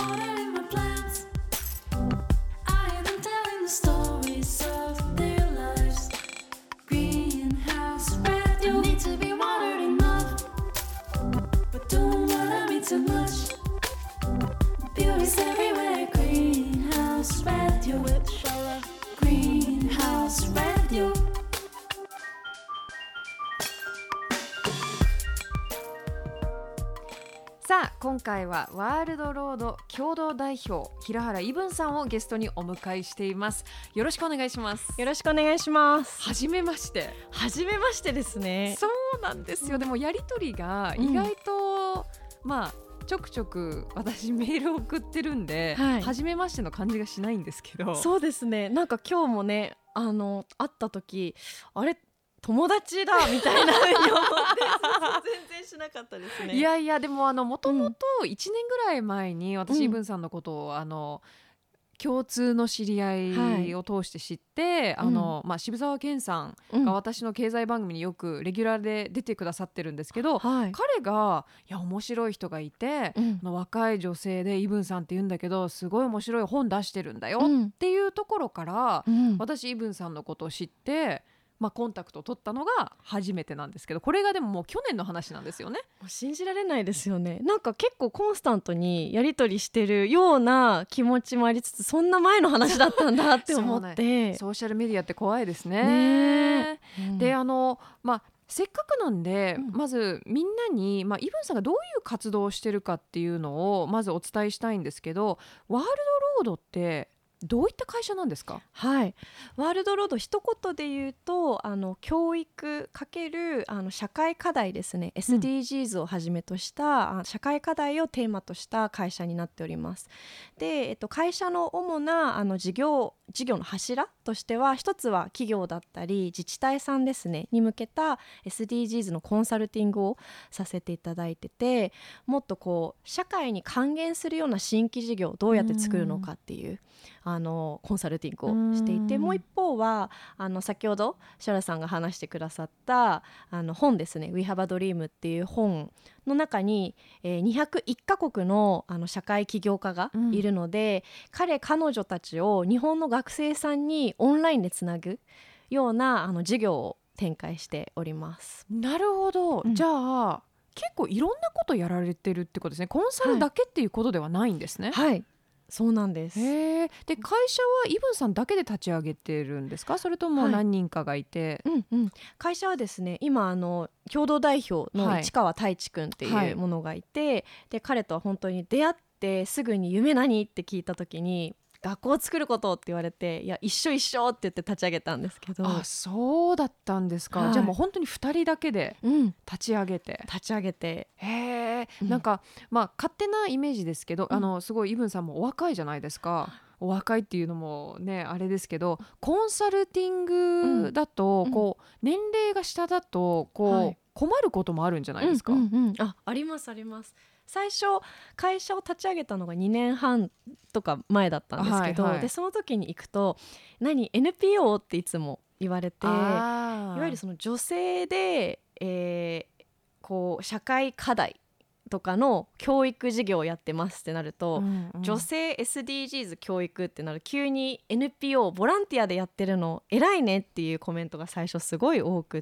watering my plants. I hear them telling the stories of their lives. Greenhouse radio. Need to be watered enough, but don't water me too much. Beauty's everywhere. Greenhouse radio. Greenhouse radio. さあ今回はワールドロード共同代表平原伊文さんをゲストにお迎えしています。よろしくお願いします。 よろしくお願いします。 はじめまして。 はじめましてですね。 そうなんですよ。でもやりとりが意外と、まあちょくちょく私メールを送ってるんで、はじめましての感じがしないんですけど。 そうですね。なんか今日もね会った時あれ友達だみたいな思って全然しなかったですね。 いやいやでももともと1年ぐらい前に私伊文さんのことを共通の知り合いを通して知って、渋沢健さんが私の経済番組によくレギュラーで出てくださってるんですけど、彼がいや面白い人がいて、若い女性で伊文さんって言うんだけどすごい面白い本出してるんだよっていうところから、私伊文さんのことを知ってコンタクトを取ったのが初めてなんですけど、これがでももう去年の話なんですよね。 もう信じられないですよね。なんか結構コンスタントにやり取りしてるような気持ちもありつつ、そんな前の話だったんだって思ってソーシャルメディアって怖いですね。でせっかくなんで、まずみんなに、伊文さんがどういう活動をしてるかっていうのをまずお伝えしたいんですけど、ワールドロードってどういった会社なんですか？ はい、ワールドロード一言で言うと教育×社会課題ですね、SDGs をはじめとした社会課題をテーマとした会社になっております。で、会社の主な事業の柱としては、一つは企業だったり自治体さんですねに向けた SDGs のコンサルティングをさせていただいてて、もっとこう社会に還元するような新規事業をどうやって作るのかっていうコンサルティングをしていて、もう一方は先ほどシャラさんが話してくださった本ですね、 We Have a Dream っていう本の中に、201カ国の社会起業家がいるので、彼女たちを日本の学生さんにオンラインでつなぐような授業を展開しております。 なるほど、じゃあ結構いろんなことやられてるってことですね。コンサルだけっていうことではないんですね。 はい、そうなんです。 で会社は伊文さんだけで立ち上げてるんですか？それとも何人かがいて、 会社はですね、今共同代表の市川太一くんっていうものがいて、で彼とは本当に出会ってすぐに夢何って聞いた時に学校を作ることって言われて、いや一緒って言って立ち上げたんですけど。 あ、そうだったんですか。じゃあもう本当に2人だけで立ち上げて、なんか勝手なイメージですけど、すごい伊文さんもお若いじゃないですか。お若いっていうのもねあれですけど、コンサルティングだとこう年齢が下だとこう困ることもあるんじゃないですか？ ありますあります。最初会社を立ち上げたのが2年半とか前だったんですけど、でその時に行くとNPO っていつも言われて、いわゆるその女性で、こう社会課題とかの教育事業をやってますってなると、女性 SDGs 教育ってなる、急に NPO ボランティアでやってるの偉いねっていうコメントが最初すごい多くって、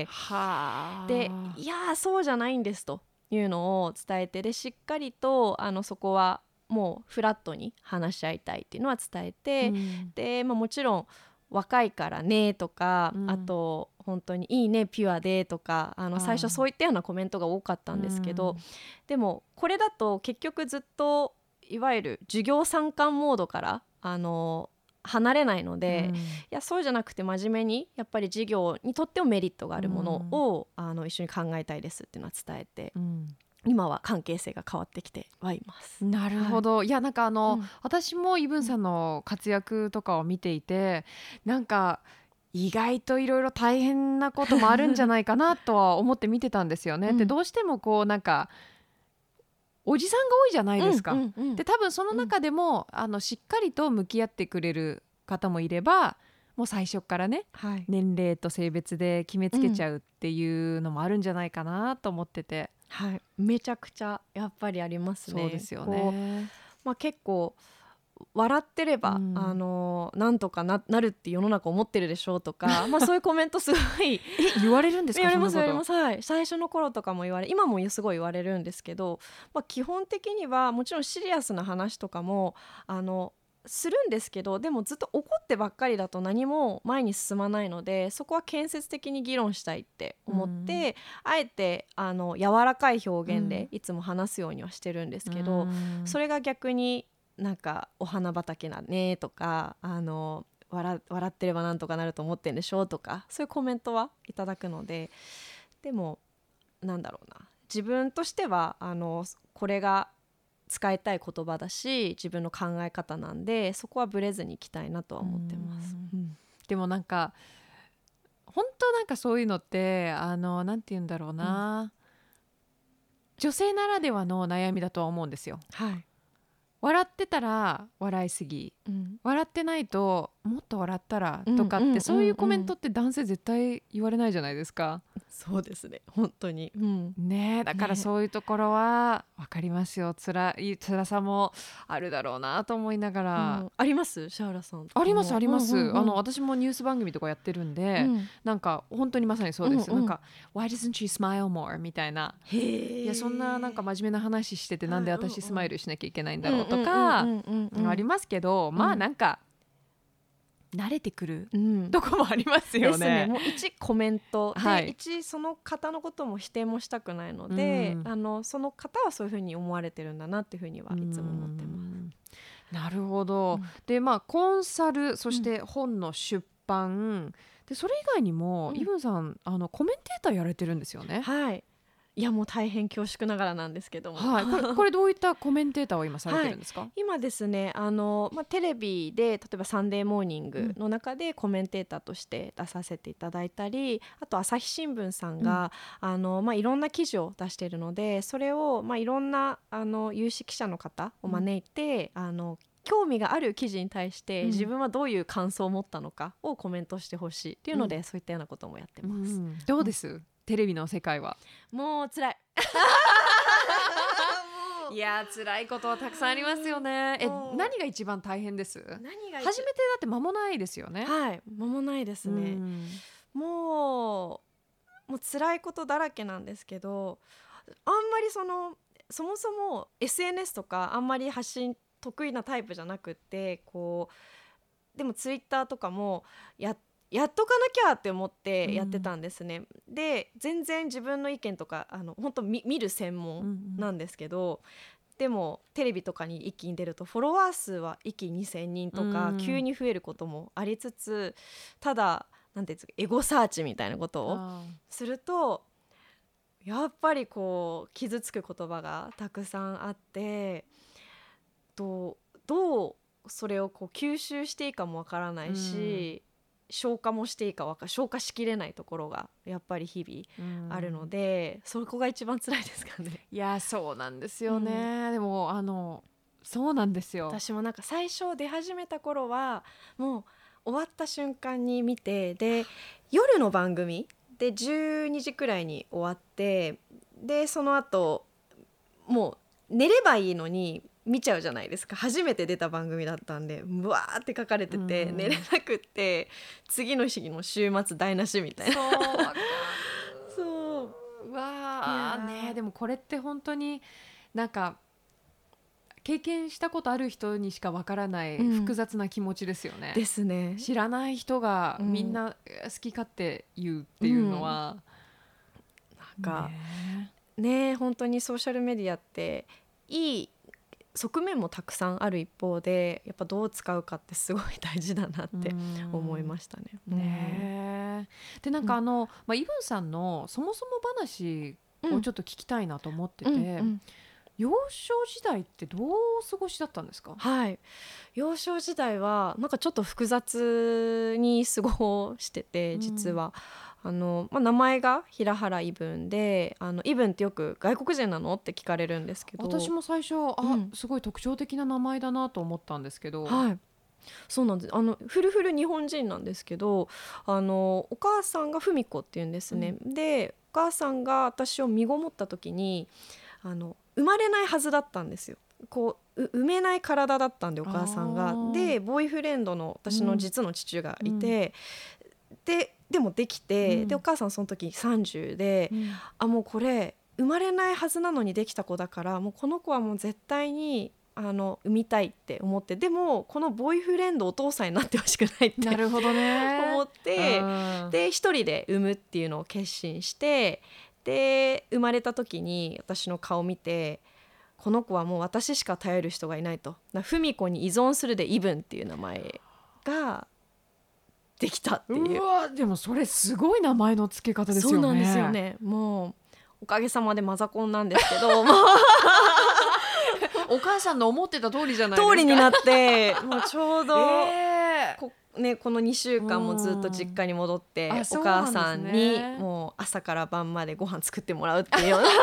でいやそうじゃないんですというのを伝えて、でしっかりとそこはもうフラットに話し合いたいっていうのは伝えて、で、もちろん若いからねとか、あと本当にいいねピュアでとか最初そういったようなコメントが多かったんですけど、でもこれだと結局ずっといわゆる授業参観モードから離れないので、いやそうじゃなくて真面目にやっぱり授業にとってもメリットがあるものを、一緒に考えたいですっていうのは伝えて、今は関係性が変わってきてはいます。 なるほど、いやなんか私も伊文さんの活躍とかを見ていて、なんか意外といろいろ大変なこともあるんじゃないかなとは思って見てたんですよね。でどうしてもこうなんかおじさんが多いじゃないですか。で多分その中でもしっかりと向き合ってくれる方もいれば、もう最初からね、年齢と性別で決めつけちゃうっていうのもあるんじゃないかなと思ってて、 めちゃくちゃやっぱりありますね。 そうですよね。 結構笑ってれば、なんとか なるって世の中思ってるでしょうとかそういうコメントすごい言われるんですか？ 言われますそんなこと。 言われます、はい、最初の頃とかも今もすごい言われるんですけど、基本的にはもちろんシリアスな話とかもするんですけど、でもずっと怒ってばっかりだと何も前に進まないので、そこは建設的に議論したいって思って、あえて柔らかい表現でいつも話すようにはしてるんですけど、それが逆になんかお花畑だねとか笑ってればなんとかなると思ってんでしょとか、そういうコメントはいただくので、でもなんだろうな、自分としてはこれが使いたい言葉だし自分の考え方なんで、そこはブレずにいきたいなとは思ってます。 でもなんか本当なんかそういうのってなんて言うんだろうな、女性ならではの悩みだとは思うんですよ。 はい、 笑ってたら笑いすぎ、笑ってないともっと笑ったらとかって、そういうコメントって男性絶対言われないじゃないですか。 そうですね、本当に、 ね、だからそういうところは分かりますよ。辛さもあるだろうなと思いながら、 ありますシャーラさん？ ありますあります、私もニュース番組とかやってるんで、なんか本当にまさにそうですよ、なんか Why doesn't she smile more みたいな、いやそんななんか真面目な話しててなんで私スマイルしなきゃいけないんだろうとかありますけど、まあなんか慣れてくるとこもありますよね。 ですね。もう一コメントで、一その方のことも否定もしたくないので、その方はそういうふうに思われてるんだなっていうふうにはいつも思ってます。 なるほど、でコンサル、そして本の出版、でそれ以外にも、イブンさんコメンテーターやられてるんですよね。 はい、いやもう大変恐縮ながらなんですけども、 これどういったコメンテーターを今されてるんですか？ 今ですねテレビで例えばサンデーモーニングの中でコメンテーターとして出させていただいたり、あと朝日新聞さんが、いろんな記事を出しているので、それをいろんな有識記者の方を招いて、興味がある記事に対して自分はどういう感想を持ったのかをコメントしてほしいっていうので、そういったようなこともやってます。 どうです？テレビの世界は。 もう辛いいや辛いことはたくさんありますよね。何が一番大変です？初めてだって間もないですよね。 はい、間もないですね。もう辛いことだらけなんですけど、あんまりそもそも SNS とかあんまり発信得意なタイプじゃなくって、でもツイッターとかもやっとかなきゃって思ってやってたんですね。で全然自分の意見とか本当見る専門なんですけど、でもテレビとかに一気に出るとフォロワー数は一気に2000人とか急に増えることもありつつ、ただなんていうんですか、エゴサーチみたいなことをするとやっぱり傷つく言葉がたくさんあって、どうそれを吸収していいかもわからないし、消化もしていいか消化しきれないところがやっぱり日々あるので、そこが一番辛いですかね。 いやそうなんですよね、でもそうなんですよ。 私もなんか最初出始めた頃はもう終わった瞬間に見て、で夜の番組で12時くらいに終わって、でその後もう寝ればいいのに見ちゃうじゃないですか。初めて出た番組だったんでうわーって書かれてて、寝れなくって次の日の週末台無しみたいな。 そうわーね。でもこれって本当になんか経験したことある人にしかわからない複雑な気持ちですよね。 ですね。 知らない人がみんな好き勝手言うっていうのは、 なんかね、本当にソーシャルメディアっていい側面もたくさんある一方で、やっぱどう使うかってすごい大事だなって思いましたね。 でなんかイブンさんのそもそも話をちょっと聞きたいなと思ってて、幼少時代ってどうお過ごしだったんですか？ はい、幼少時代はなんかちょっと複雑に過ごしてて、実は名前が平原イブンで、イブンってよく外国人なのって聞かれるんですけど、 私も最初すごい特徴的な名前だなと思ったんですけど、 そうなんです。フルフル日本人なんですけど、お母さんが文子っていうんですね。でお母さんが私を身ごもった時に生まれないはずだったんですよ。 産めない体だったんでお母さんが。でボーイフレンドの私の実の父がいて、でもできて、でお母さんその時30で、もうこれ生まれないはずなのにできた子だから、もうこの子はもう絶対に産みたいって思って、でもこのボーイフレンドお父さんになってほしくないってなるほどね思って、で一人で産むっていうのを決心して、で生まれた時に私の顔見て、この子はもう私しか頼る人がいないと、文子に依存するでイブンっていう名前ができたっていう。 うわでもそれすごい名前の付け方ですよね。 そうなんですよね。もうおかげさまでマザコンなんですけどお母さんの思ってた通りじゃないですか。 通りになってもうちょうど、この2週間もずっと実家に戻って、お母さんにもう朝から晩までご飯作ってもらうっていうような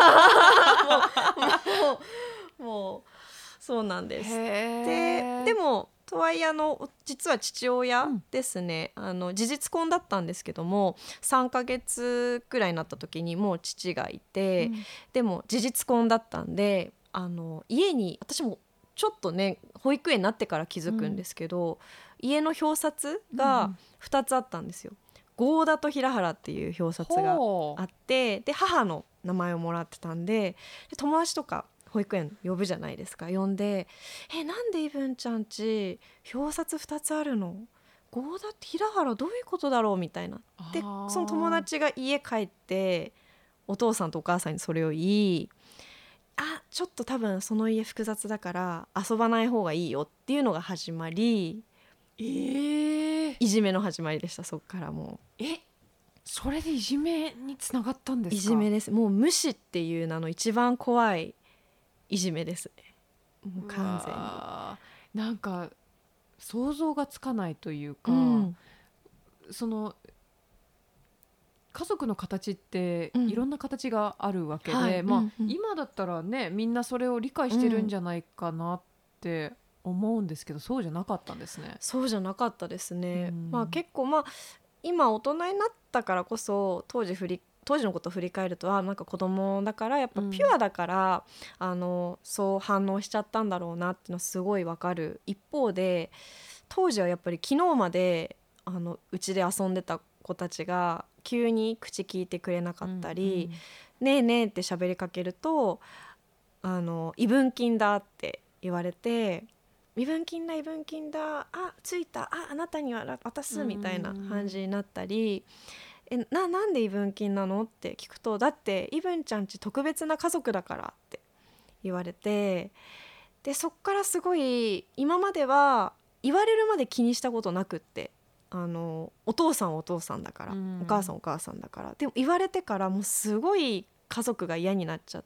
もうそうなんです。でもとはいえ実は父親ですね、事実婚だったんですけども、3ヶ月くらいになった時にもう父がいて、でも事実婚だったんで家に、私もちょっとね保育園になってから気づくんですけど、家の表札が2つあったんですよ。合田と平原っていう表札があって、で母の名前をもらってたんで、友達とか保育園呼ぶじゃないですか。呼んでなんでイブンちゃんち表札2つあるの、合田って平原どういうことだろうみたいな。でその友達が家帰ってお父さんとお母さんにそれを言い、ちょっと多分その家複雑だから遊ばない方がいいよっていうのが始まり、いじめの始まりでした。そっからもうそれでいじめにつながったんですか。 いじめです。もう無視っていう名の一番怖いいじめですね。もう完全になんか想像がつかないというか、その家族の形っていろんな形があるわけで、今だったらねみんなそれを理解してるんじゃないかなって思うんですけど、そうじゃなかったんですね。 そうじゃなかったですね。結構今大人になったからこそ当時のことを振り返ると、なんか子供だからやっぱピュアだから、そう反応しちゃったんだろうなっていうのはすごいわかる一方で、当時はやっぱり昨日までうちで遊んでた子たちが急に口聞いてくれなかったり、ねえねえって喋りかけると異分金だって言われて、異分金だ異分金だ、ついた、あなたには渡すみたいな感じになったり、なんで異分金なのって聞くと、だってイブンちゃんち特別な家族だからって言われて、でそっからすごい今までは言われるまで気にしたことなくって、お父さんはお父さんだから、お母さんお母さんだから。でも言われてからもうすごい家族が嫌になっちゃって、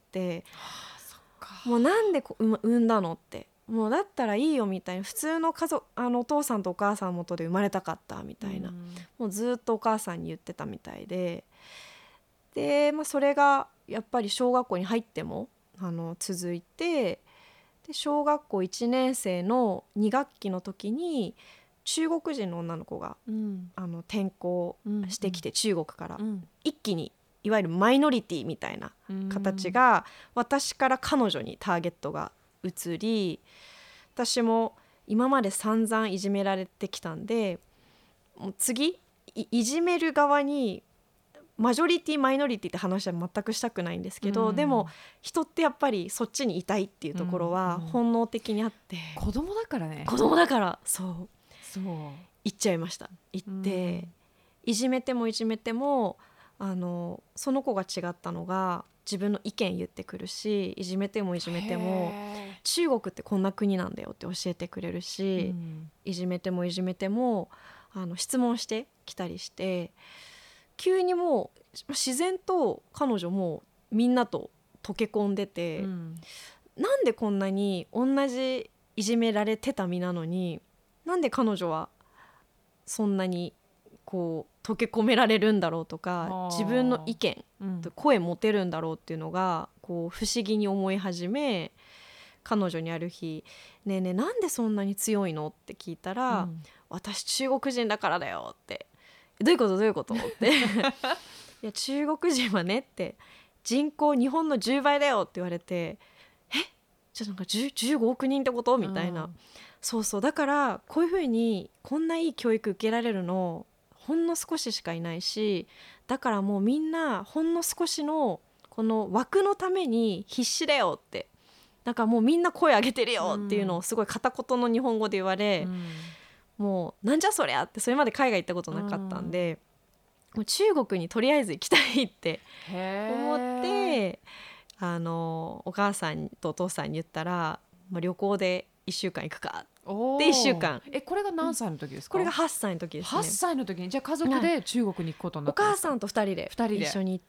もうなんで産んだのって、もうだったらいいよみたいな、普通の家族お父さんとお母さん元で生まれたかったみたいな、もうずっとお母さんに言ってたみたいで、それがやっぱり小学校に入っても続いて、で小学校1年生の2学期の時に中国人の女の子が、転校してきて、中国から、一気にいわゆるマイノリティみたいな形が、私から彼女にターゲットが移り、私も今まで散々いじめられてきたんで、もう次 いじめる側にマジョリティマイノリティって話は全くしたくないんですけど、でも人ってやっぱりそっちにいたいっていうところは本能的にあって、 子供だからね、 子供だからそう言っちゃいました。言って、いじめてもいじめてもその子が違ったのが自分の意見言ってくるし、いじめてもいじめても中国ってこんな国なんだよって教えてくれるし、いじめてもいじめても質問してきたりして、急にもう自然と彼女もみんなと溶け込んでて、なんでこんなに同じいじめられてた身なのに、なんで彼女はそんなにこう溶け込められるんだろうとか、自分の意見、声持てるんだろうっていうのがこう不思議に思い始め、彼女にある日ねえねえなんでそんなに強いのって聞いたら、私中国人だからだよって、どういうことどういうことっていや中国人はねって人口日本の10倍だよって言われて、 じゃあなんか15億人ってことみたいな、そうそう、だからこういう風にこんないい教育受けられるのほんの少ししかいないし、だからもうみんなほんの少しのこの枠のために必死だよって、だからもうみんな声上げてるよっていうのをすごい片言の日本語で言われ、もうなんじゃそりゃって、それまで海外行ったことなかったんで、もう中国にとりあえず行きたいって思って、お母さんとお父さんに言ったら、旅行で1週間行くかって1週間。 これが何歳の時ですか？ これが8歳の時ですね。 8歳の時にじゃあ家族で中国に行くことになったんですか？ お母さんと2人で一緒に行って、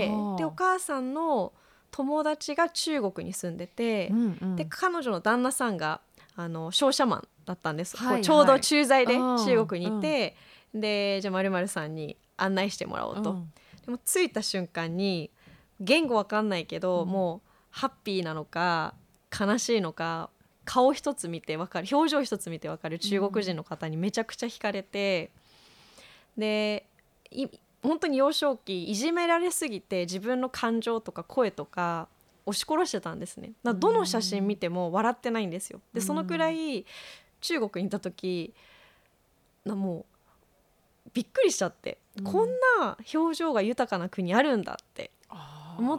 でお母さんの友達が中国に住んでて、で彼女の旦那さんが商社マンだったんです、ちょうど駐在で中国にいて、でじゃあ〇〇さんに案内してもらおうと、でも着いた瞬間に言語わかんないけど、もうハッピーなのか悲しいのか、顔一つ見て分かる、表情一つ見て分かる中国人の方にめちゃくちゃ惹かれて、で本当に幼少期いじめられすぎて自分の感情とか声とか押し殺してたんですね。だからどの写真見ても笑ってないんですよ。でそのくらい中国にいた時もうびっくりしちゃって、こんな表情が豊かな国あるんだって思って、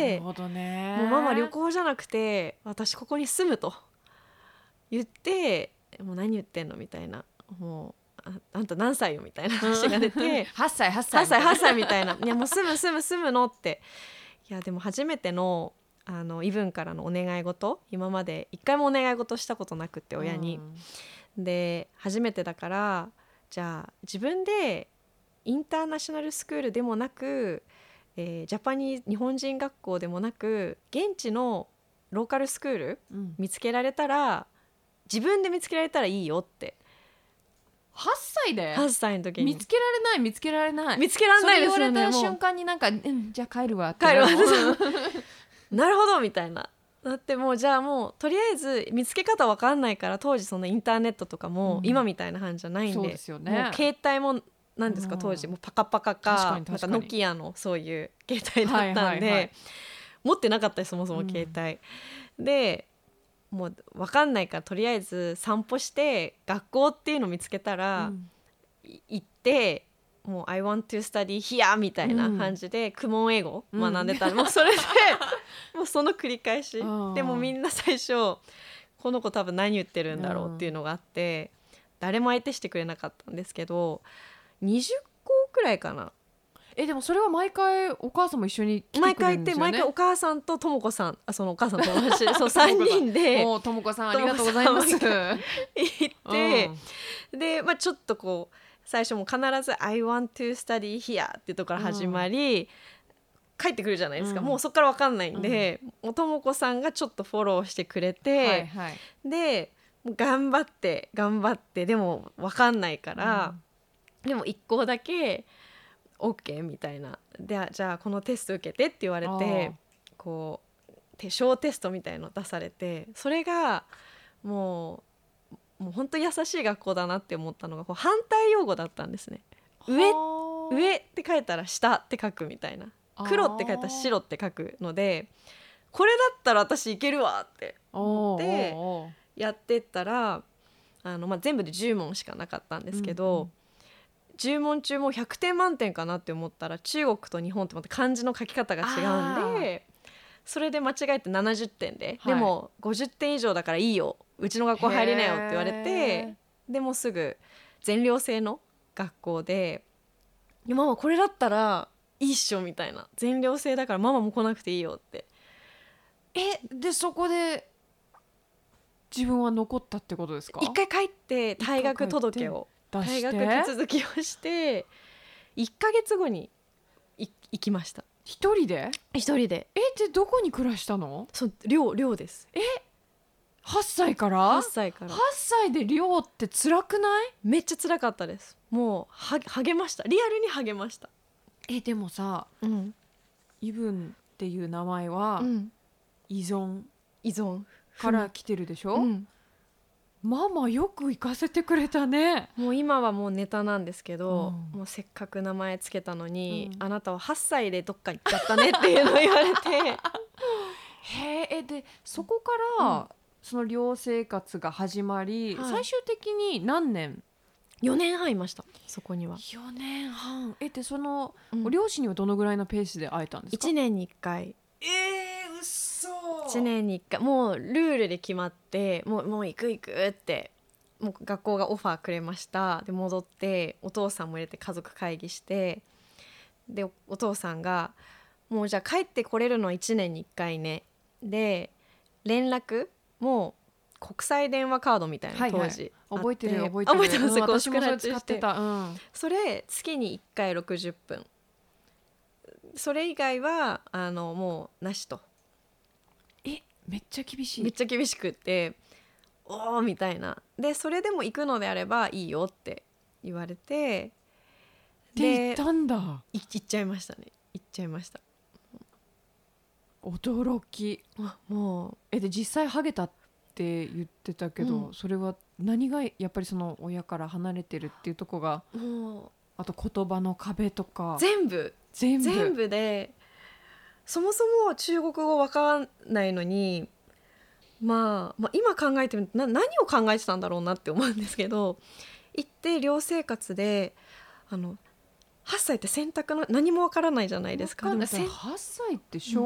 なるほどね、 もうママ旅行じゃなくて私ここに住むと言って、もう何言ってんのみたいな、もう あんた何歳よみたいな話が出て 8歳 8歳みたいな、いやもう住むのって、いやでも初めてのイブンからのお願い事、今まで一回もお願い事したことなくって親に、で初めてだから、じゃあ自分でインターナショナルスクールでもなく、ジャパニーズ日本人学校でもなく現地のローカルスクール見つけられたら、自分で見つけられたらいいよって。 8歳で 8歳の時に見つけられない見つけられないですよね。 それ言われた瞬間になんか、じゃあ帰るわってなるほどみたいな。だってもうじゃあもうとりあえず見つけ方わかんないから、当時そのインターネットとかも今みたいな感じじゃないんで、 そうですよね、 もう携帯も何ですか、当時もうパカパカかなんかノキアのそういう携帯だったんで、持ってなかったですそもそも携帯、でもう分かんないからとりあえず散歩して学校っていうのを見つけたら、行ってもう I want to study here みたいな感じで、公文英語学んでたら、もうそれでもうその繰り返しで、もみんな最初この子多分何言ってるんだろうっていうのがあって、誰も相手してくれなかったんですけど、20校くらいかな。 でもそれは毎回お母さんも一緒に来てくれるんですよね。 毎回行って、毎回お母さんとともこさん、そのお母さんと友達そう3人でともこさんありがとうございます行って、で、ちょっとこう最初も必ず I want to study here っていうところから始まり、帰ってくるじゃないですか、もうそこから分かんないんで、ともこさんがちょっとフォローしてくれて、で頑張ってでも分かんないから、でも1校だけ OK みたいな、でじゃあこのテスト受けてって言われて、こう小テストみたいの出されて、それがもう本当優しい学校だなって思ったのが、こう反対用語だったんですね。上って書いたら下って書くみたいな、黒って書いたら白って書くので、これだったら私いけるわって思ってやってったら、全部で10問しかなかったんですけど、10問中も100点満点かなって思ったら、中国と日本ってまた漢字の書き方が違うんで、それで間違えて70点で、でも50点以上だからいいよ、うちの学校入りなよって言われて、でもすぐ全寮制の学校で、ママこれだったらいいっしょみたいな、全寮制だからママも来なくていいよって。 でそこで自分は残ったってことですか？ 一回帰って退学届を退学手続きをして1ヶ月後に行きました。 一人で？ でどこに暮らしたの？ そう、寮です。 8歳から？ 8歳から。 8歳で寮って辛くない？ めっちゃ辛かったです。もう励ました、リアルに励ました。 でもさ、イブンっていう名前は、依存から来てるでしょ、ママよく行かせてくれたね。 もう今はもうネタなんですけど、もうせっかく名前つけたのに、あなたは8歳でどっか行っちゃったねっていうのを言われてでそこからその寮生活が始まり、最終的に何年 4年半いましたそこには。 4年半でその、両親にはどのぐらいのペースで会えたんですか？ 1年に1回。 うっそ。 1年に1回もうルールで決まって、もう行くってもう学校がオファーくれました。で戻ってお父さんも入れて家族会議して、でお父さんがもうじゃあ帰ってこれるのは1年に1回ね、で連絡も国際電話カードみたいな、当時覚えてる覚えてます。 私もそれ使ってた、 それ月に1回60分、それ以外はもうなしと。 めっちゃ厳しい。 めっちゃ厳しくって、おーみたいな。でそれでも行くのであればいいよって言われて、 で行ったんだ。 行っちゃいましたね。行っちゃいました。 驚き。 もうで実際ハゲたって言ってたけど、それは何がやっぱりその親から離れてるっていうとこが、 もうあと言葉の壁とか全部で、そもそも中国語わかんないのに、まあ今考えてみると何を考えてたんだろうなって思うんですけど、行って寮生活で8歳って選択の何もわからないじゃないですか。 でも8歳って小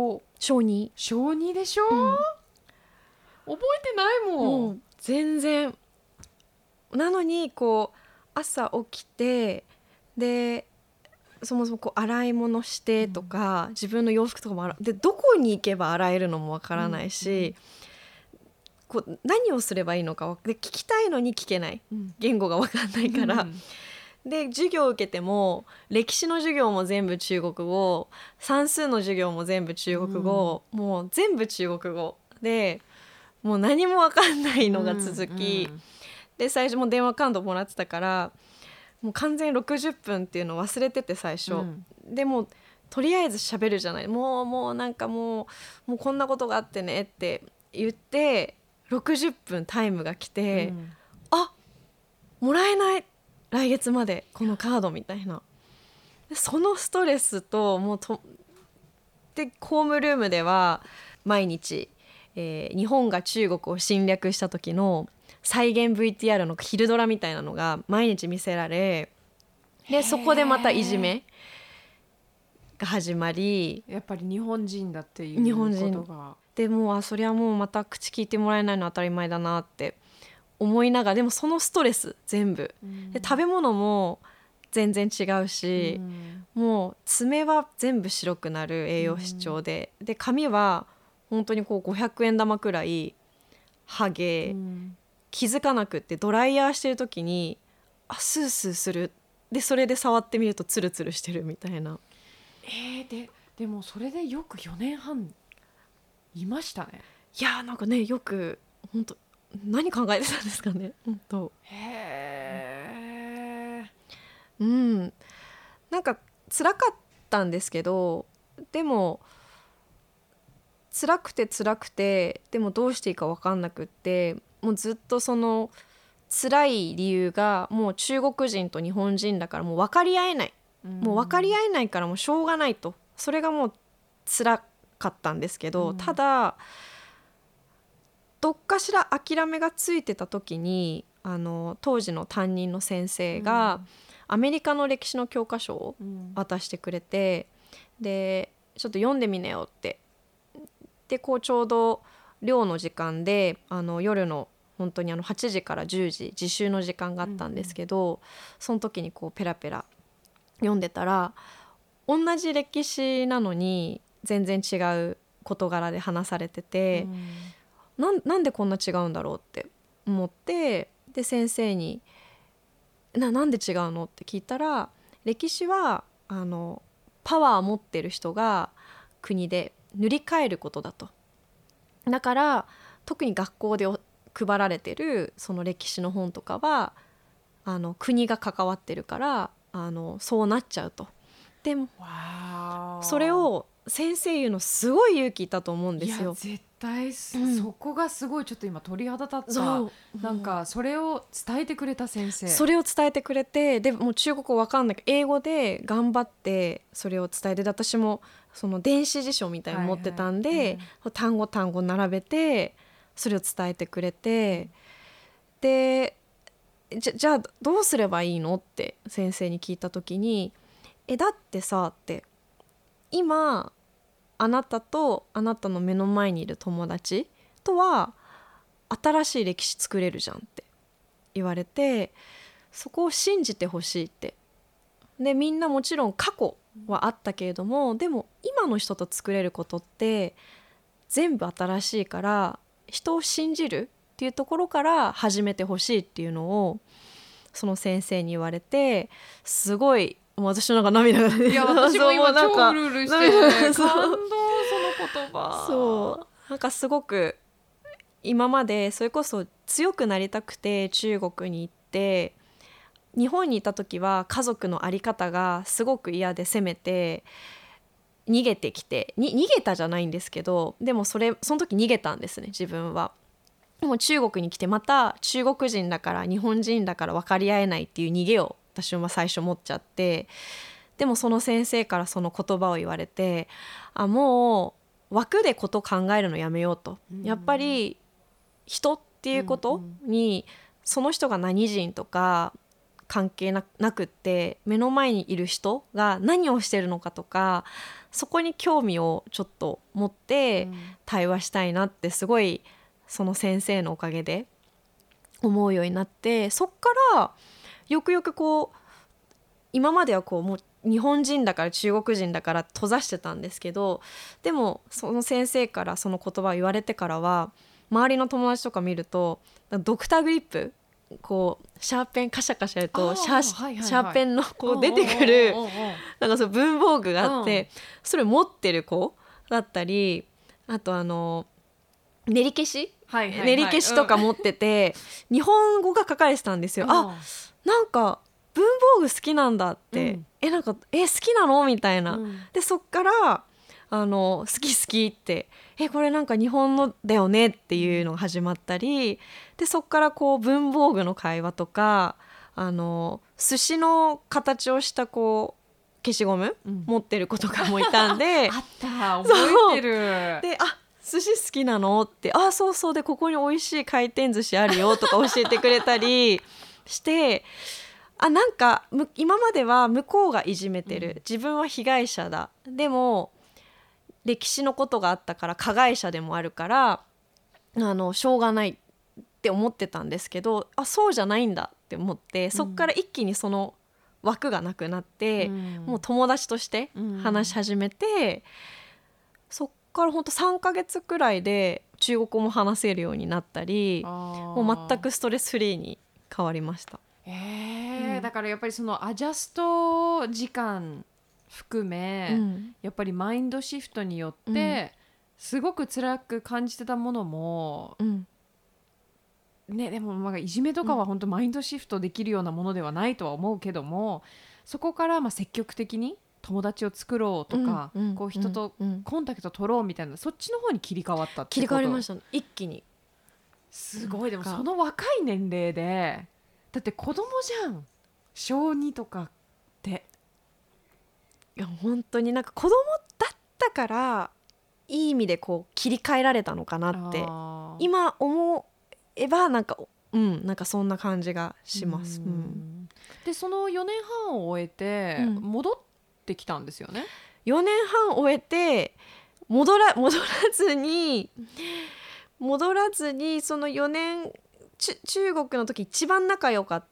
2でしょ、覚えてないもん。 全然。なのにこう朝起きて、でそもそもこう洗い物してとか、自分の洋服とかもでどこに行けば洗えるのもわからないし、こう何をすればいいのかで聞きたいのに聞けない、言語がわかんないから、で授業を受けても歴史の授業も全部中国語、算数の授業も全部中国語、もう全部中国語で、もう何もわかんないのが続き、で最初も電話カードもらってたから、もう完全60分っていうの忘れてて最初、でもとりあえず喋るじゃない、もうなんかもうこんなことがあってねって言って60分タイムが来て、あ、もらえない、来月までこのカードみたいな。そのストレスとでホームルームでは毎日、日本が中国を侵略した時の再現 VTR の昼ドラみたいなのが毎日見せられ、でそこでまたいじめが始まり、 やっぱり日本人だっていうことがでもそれはもうまた口聞いてもらえないのは当たり前だなって思いながら、でもそのストレス全部、で食べ物も全然違うし、もう爪は全部白くなる栄養失調で、で髪は本当にこう500円玉くらいハゲ、気づかなくってドライヤーしてる時にスースーする、でそれで触ってみるとツルツルしてるみたいな。 でもそれでよく4年半いましたね。 いやなんかね、よく本当何考えてたんですかね本当。なんか辛かったんですけど、でも辛くてでもどうしていいか分かんなくって、もうずっとその辛い理由がもう中国人と日本人だからもう分かり合えない、もう分かり合えないからもうしょうがないと、それがもう辛かったんですけど、ただどっかしら諦めがついてた時に当時の担任の先生が、アメリカの歴史の教科書を渡してくれて、でちょっと読んでみなよって、でこうちょうど寮の時間で夜の本当に8時から10時自習の時間があったんですけど、その時にこうペラペラ読んでたら、同じ歴史なのに全然違う事柄で話されてて、なんでこんな違うんだろうって思って、で先生になんで違うのって聞いたら、歴史はパワー持ってる人が国で塗り替えることだと、だから特に学校で配られてるその歴史の本とかは国が関わってるからそうなっちゃうと。でもそれを先生言うのすごい勇気いったと思うんですよ。 いや絶対そこがすごい、ちょっと今鳥肌立った。なんかそれを伝えてくれた先生、 それを伝えてくれて、でもう中国語わかんないけど英語で頑張ってそれを伝えて、私もその電子辞書みたいに持ってたんで、単語並べてそれを伝えてくれて、でじゃあどうすればいいのって先生に聞いた時に、だってさって今あなたとあなたの目の前にいる友達とは新しい歴史作れるじゃんって言われて、そこを信じてほしいって。でみんなもちろん過去はあったけれども、でも今の人と作れることって全部新しいから、人を信じるっていうところから始めてほしいっていうのをその先生に言われて、すごい私なんか涙が出て、 いや私も今超うるうるして感動、その言葉。 そうなんかすごく今までそれこそ強くなりたくて中国に行って、日本にいた時は家族の在り方がすごく嫌で責めて逃げてきて、逃げたじゃないんですけど、でもその時逃げたんですね自分は。でも中国に来てまた中国人だから日本人だから分かり合えないっていう逃げを私は最初持っちゃって、でもその先生からその言葉を言われて、もう枠でこと考えるのやめようと、やっぱり人っていうことに、その人が何人とか関係なくって、目の前にいる人が何をしてるのかとか、そこに興味をちょっと持って対話したいなってすごいその先生のおかげで思うようになって、そっからよくよくこう今まではこうもう日本人だから中国人だから閉ざしてたんですけど、でもその先生からその言葉を言われてからは、周りの友達とか見るとドクターグリップこうシャーペンカシャカシャやるとシャーペンのこう出てくるなんかそう文房具があって、それ持ってる子だったり、あと練り消し、練り消しとか持ってて、日本語が書かれてたんですよ。なんか文房具好きなんだって、なんか好きなのみたいな、でそっから好き好きってこれなんか日本のだよねっていうのが始まったりで、そっからこう文房具の会話とか寿司の形をしたこう消しゴム、持ってる子とかもいたんであった覚えてる。 で寿司好きなのってそうそうでここに美味しい回転寿司あるよとか教えてくれたりしてなんか今までは向こうがいじめてる、自分は被害者だ、でも歴史のことがあったから加害者でもあるからしょうがないって思ってたんですけど、そうじゃないんだって思って、そっから一気にその枠がなくなって、もう友達として話し始めて、そっからほんと3ヶ月くらいで中国語も話せるようになったり、もう全くストレスフリーに変わりました。 だからやっぱりそのアジャスト時間含め、やっぱりマインドシフトによって、すごく辛く感じてたものも、でもなんかいじめとかは本当マインドシフトできるようなものではないとは思うけども、そこから積極的に友達を作ろうとか、こう人とコンタクト取ろうみたいな、そっちの方に切り替わったってこと。 切り替わりました、一気に。 すごい。でもその若い年齢でだって子供じゃん、小2とかって。 いや本当になんか子供だったからいい意味でこう切り替えられたのかなって今思えばなんかそんな感じがします。 でその4年半を終えて戻ってきたんですよね。 4年半終えて戻らずにその4年中国の時一番仲良かった、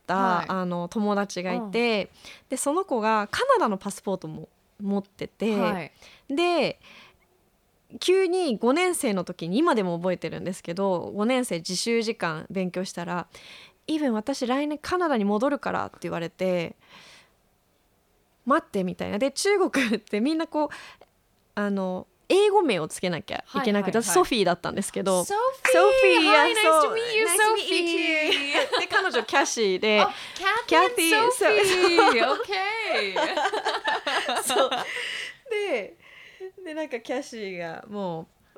友達がいて、でその子がカナダのパスポートも持ってて、で急に5年生の時に今でも覚えてるんですけど、5年生自習時間勉強したらイブン私来年カナダに戻るからって言われて、待ってみたいな。で中国ってみんなこう英語名をつけなきゃいけなくて、ソフィーだったんですけど、 ソフィー、Hi, nice to meet you, Sophie。 で彼女キャシーで、 キャティー、ソフィー、OK そうでなんかキャシーがもう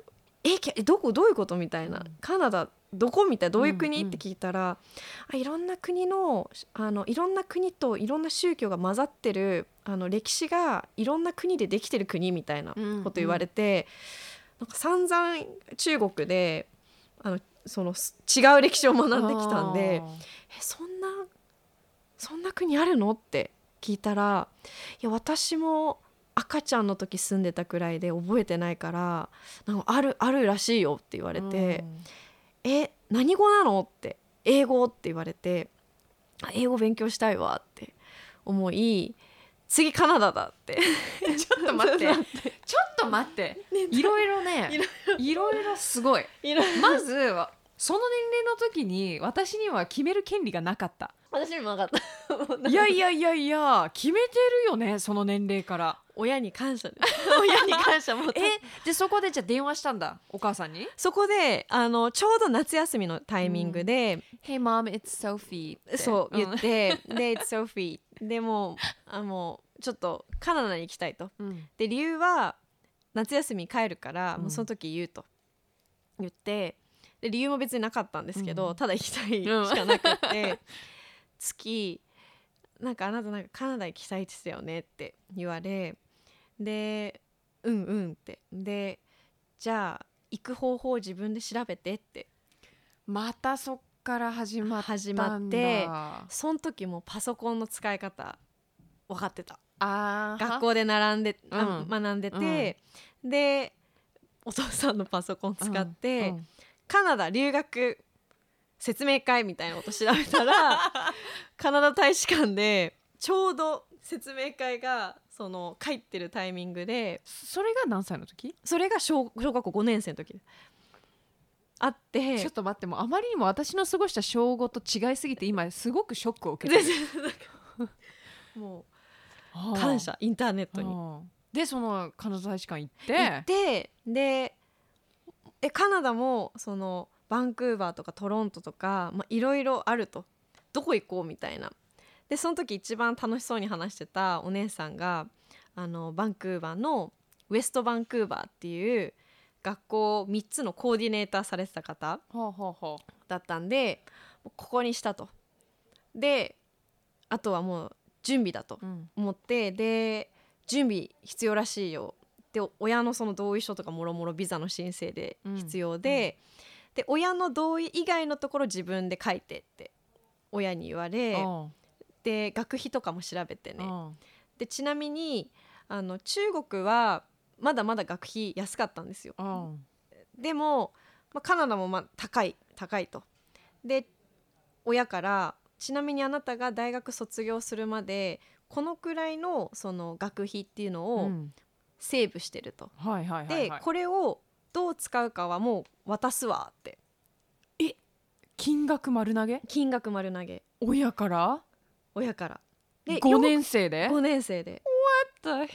どういうことみたいな、カナダどこみたいな、どういう国、って聞いたら、いろんな国のいろんな国といろんな宗教が混ざってる歴史がいろんな国でできてる国みたいなこと言われて、なんか散々中国でその違う歴史を学んできたんで、そんな国あるのって聞いたら、いや私も赤ちゃんの時住んでたくらいで覚えてないから、なんかあるらしいよって言われて、何語なのって英語って言われて、英語勉強したいわって思い、次カナダだってちょっと待ってちょっと待って、いろいろね、いろいろすごい。まずその年齢の時に私には決める権利がなかった。 私にもなかったいや決めてるよね、その年齢から。 親に感謝親に感謝もでそこでじゃあ電話したんだ、お母さんに。 そこでちょうど夏休みのタイミングで 「Hey mom, it's Sophie」ってそう言って、で「It's Sophie」でもうちょっとカナダに行きたいと、で理由は夏休み帰るから、もうその時言うと言って、で理由も別になかったんですけど、ただ行きたいしかなくって月なんかあなたなんかカナダ行きたいですよねって言われ、でってで、じゃあ行く方法を自分で調べてって、 またそっから始まって、 その時もパソコンの使い方分かってた。 学校で学んでて、でお父さんのパソコン使って、カナダ留学説明会みたいなこと調べたらカナダ大使館でちょうど説明会が帰ってるタイミングで、 それが何歳の時？ それが小学校5年生の時あって、 ちょっと待って、もうあまりにも私の過ごした小5と違いすぎて今すごくショックを受けてるもう感謝インターネットに。 でそのカナダ大使館行ってでカナダもバンクーバーとかトロントとかいろいろあると、どこ行こうみたいな。でその時一番楽しそうに話してたお姉さんがバンクーバーのウェストバンクーバーっていう学校3つのコーディネーターされてた方だったんで、ここにしたと。であとはもう準備だと思って、で準備必要らしいよで、親のその同意書とかもろもろビザの申請で必要で、で親の同意以外のところ自分で書いてって親に言われ、で学費とかも調べてね、でちなみに中国はまだまだ学費安かったんですよ。でも、カナダも高いと。で親からちなみにあなたが大学卒業するまでこのくらいのその学費っていうのをセーブしてると、でこれをどう使うかはもう渡すわって。 金額丸投げ親からで 5年生で What the hell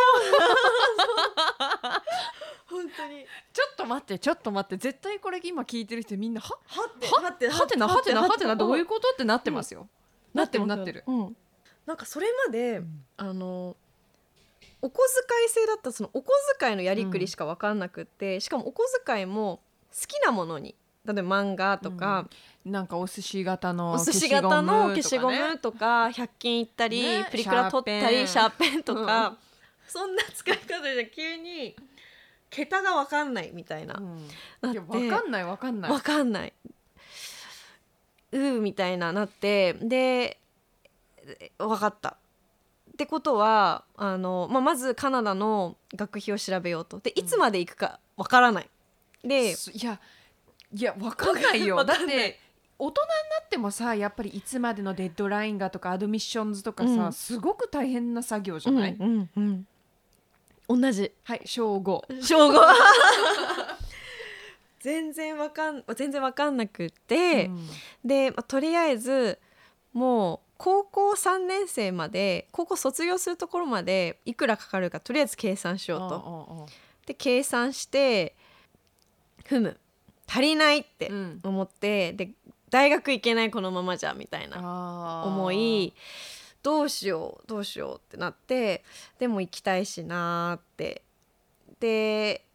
本当にちょっと待って絶対これ今聞いてる人みんなはてなどういうことってなってますよ、なってる、 なんかそれまで、お小遣い制だったそのお小遣いのやりくりしか分かんなくって、しかもお小遣いも好きなものに、例えば漫画とか、 なんかお寿司型の消しゴムとか100均行ったり、プリクラ取ったりシャーペンとか、そんな使い方で急に桁が分かんないみたいな、なって分かんないみたいななって、で分かったってことはまずカナダの学費を調べようと。でいつまで行くか分からないで、 いや分かんないよだって大人になってもさ、やっぱりいつまでのデッドラインがとかアドミッションズとかさ、すごく大変な作業じゃない？ 同じ。 はい、小5 全然わかんなくて、で、とりあえずもう高校3年生まで、高校卒業するところまでいくらかかるかとりあえず計算しようと。で計算して足りないって思って、で大学行けないこのままじゃみたいな思い、どうしようってなって、でも行きたいしなって。で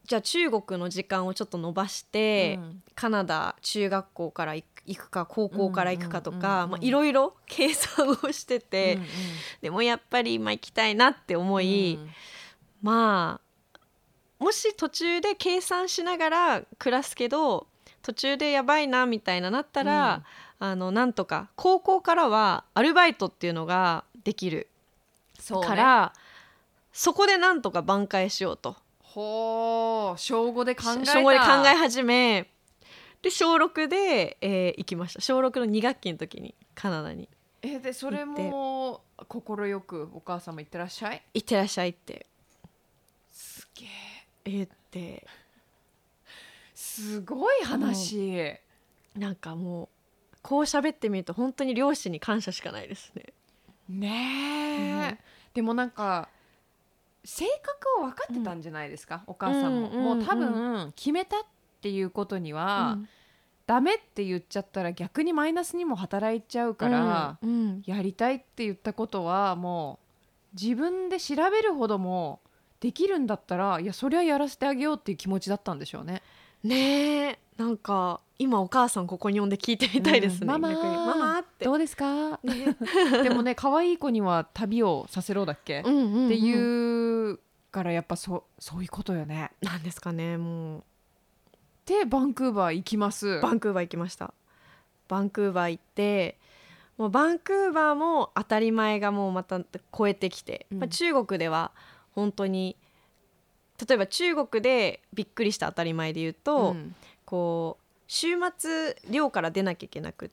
じゃあ中国の時間をちょっと伸ばして、カナダ中学校から行くか高校から行くかとかいろいろ計算をしてて、でもやっぱり今行きたいなって思い、まあもし途中で計算しながら暮らすけど途中でやばいなみたいなったら、なんとか高校からはアルバイトっていうのができるから、そこでなんとか挽回しようと。 小5で考え始めで小6で、行きました。小6の2学期の時にカナダにでそれも快くお母さんも行ってらっしゃいってすげえってすごい話、 なんかもうこう喋ってみると本当に両親に感謝しかないですね。 ねえ、でもなんか性格を分かってたんじゃないですか、お母さんも、もう多分決めたっていうことには、ダメって言っちゃったら逆にマイナスにも働いちゃうから、やりたいって言ったことはもう自分で調べるほどもできるんだったら、いやそりゃやらせてあげようっていう気持ちだったんでしょうね。 ねえ、なんか今お母さんここに呼んで聞いてみたいですね、 ママってどうですか、でもね可愛い子には旅をさせろだっけ、っていうからやっぱそういうことよね。 なんですかね。もうでバンクーバー行きます。 バンクーバー行きました。バンクーバー行って、もうバンクーバーも当たり前がもうまた超えてきて、中国では本当に例えば中国でびっくりした当たり前で言うと、こう週末寮から出なきゃいけなくって、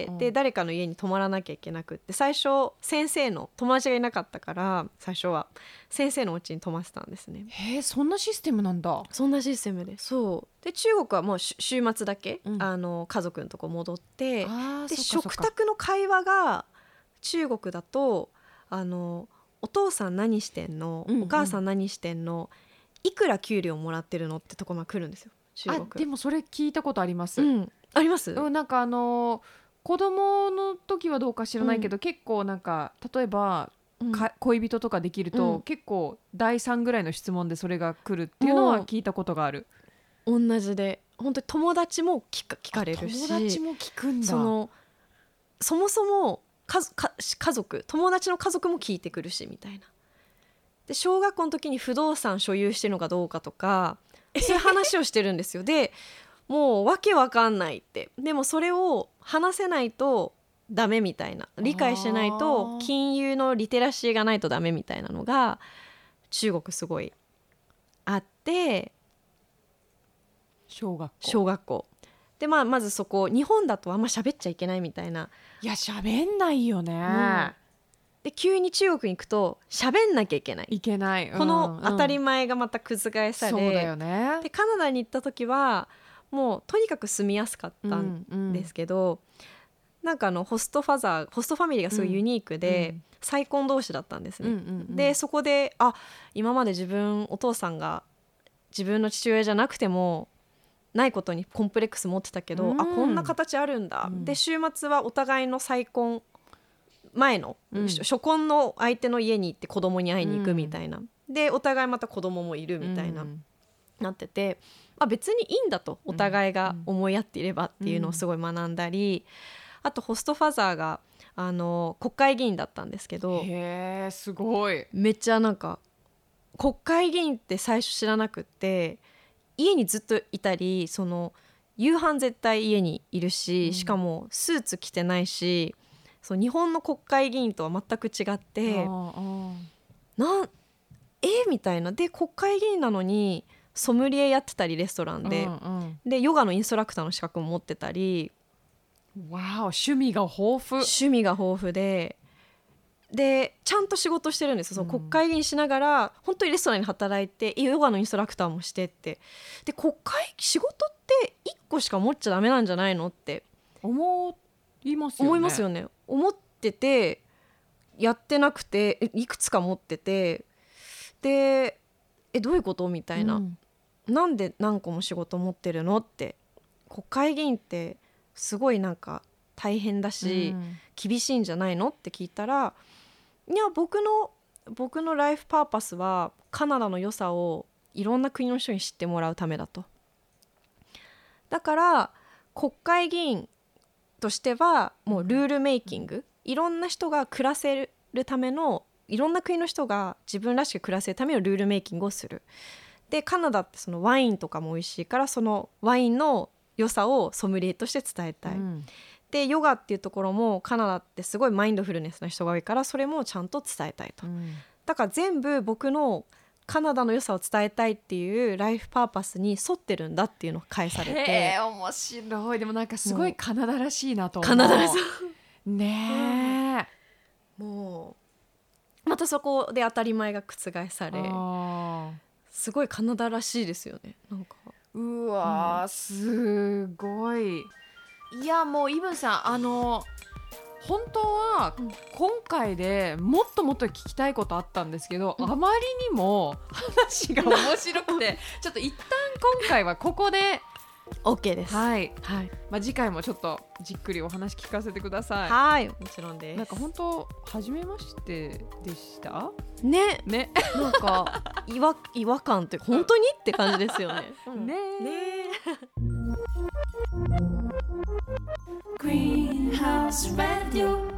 で誰かの家に泊まらなきゃいけなくって、最初先生の友達がいなかったから最初は先生のお家に泊まってたんですね。 そんなシステムなんだ。 そんなシステムで、そうで中国はもう週末だけ、家族のとこ戻って、で食卓の会話が中国だとお父さん何してんの、お母さん何してんの、いくら給料もらってるのってとこまで来るんですよ、中国。 でもそれ聞いたことあります、 あります。 なんか子供の時はどうか知らないけど、結構なんか例えば、恋人とかできると、結構第3ぐらいの質問でそれが来るっていうのは聞いたことがある。 同じで本当に友達も聞かれるし、 友達も聞くんだ。 そもそも家族、友達の家族も聞いてくるしみたいな。で小学校の時に不動産所有してるのかどうかとかそういう話をしてるんですよ。でもうわけわかんないって、でもそれを話せないとダメみたいな、理解しないと金融のリテラシーがないとダメみたいなのが中国すごいあって、 小学校で、まずそこ日本だとあんま喋っちゃいけないみたいな。 いや喋んないよね、 で急に中国に行くと喋んなきゃいけない、この当たり前がまた覆され、 そうだよね。 でカナダに行った時はもうとにかく住みやすかったんですけど、なんかホストファミリーがすごいユニークで、再婚同士だったんですね。でそこで今までお父さんが自分の父親じゃなくてもないことにコンプレックス持ってたけど、こんな形あるんだ、で週末はお互いの再婚前の、初婚の相手の家に行って子供に会いに行くみたいな、でお互いまた子供もいるみたいな、なってて、別にいいんだと、お互いが思い合っていればっていうのをすごい学んだり、あとホストファザーが国会議員だったんですけど、 へーすごい。 めっちゃなんか国会議員って最初知らなくって、家にずっといたり、夕飯絶対家にいるし、しかもスーツ着てないし、日本の国会議員とは全く違って、みたいな。で国会議員なのにソムリエやってたりレストランで、でヨガのインストラクターの資格も持ってたり、 趣味が豊富でちゃんと仕事してるんですよ。国会議員しながら本当にレストランに働いてヨガのインストラクターもしてって、で仕事って1個しか持っちゃダメなんじゃないのって思いますよね。 思っててやってなくて、いくつか持ってて、でどういうことみたいな、なんで何個も仕事持ってるのって、国会議員ってすごいなんか大変だし、厳しいんじゃないのって聞いたら、いや僕のライフパーパスはカナダの良さをいろんな国の人に知ってもらうためだと。だから国会議員としてはもうルールメイキング、いろんな人が暮らせるための、いろんな国の人が自分らしく暮らせるためのルールメイキングをする。でカナダってそのワインとかも美味しいから、そのワインの良さをソムリエとして伝えたい、でヨガっていうところもカナダってすごいマインドフルネスな人が多いから、それもちゃんと伝えたいと、だから全部僕のカナダの良さを伝えたいっていうライフパーパスに沿ってるんだっていうのを返されて、 面白い。でもなんかすごいカナダらしいなと思う。 カナダらしいねえ、 もうまたそこで当たり前が覆され、すごいカナダらしいですよね。なんかうわ、すごい。いやもうイブンさん本当は今回でもっともっと聞きたいことあったんですけど、あまりにも話が面白くてちょっと一旦今回はここで OK です。 はい、次回もちょっとじっくりお話聞かせてください。 はい、もちろんです。 なんか本当初めましてでしたねなんか違和感って本当にって感じですよね。 ね Greenhouse Radio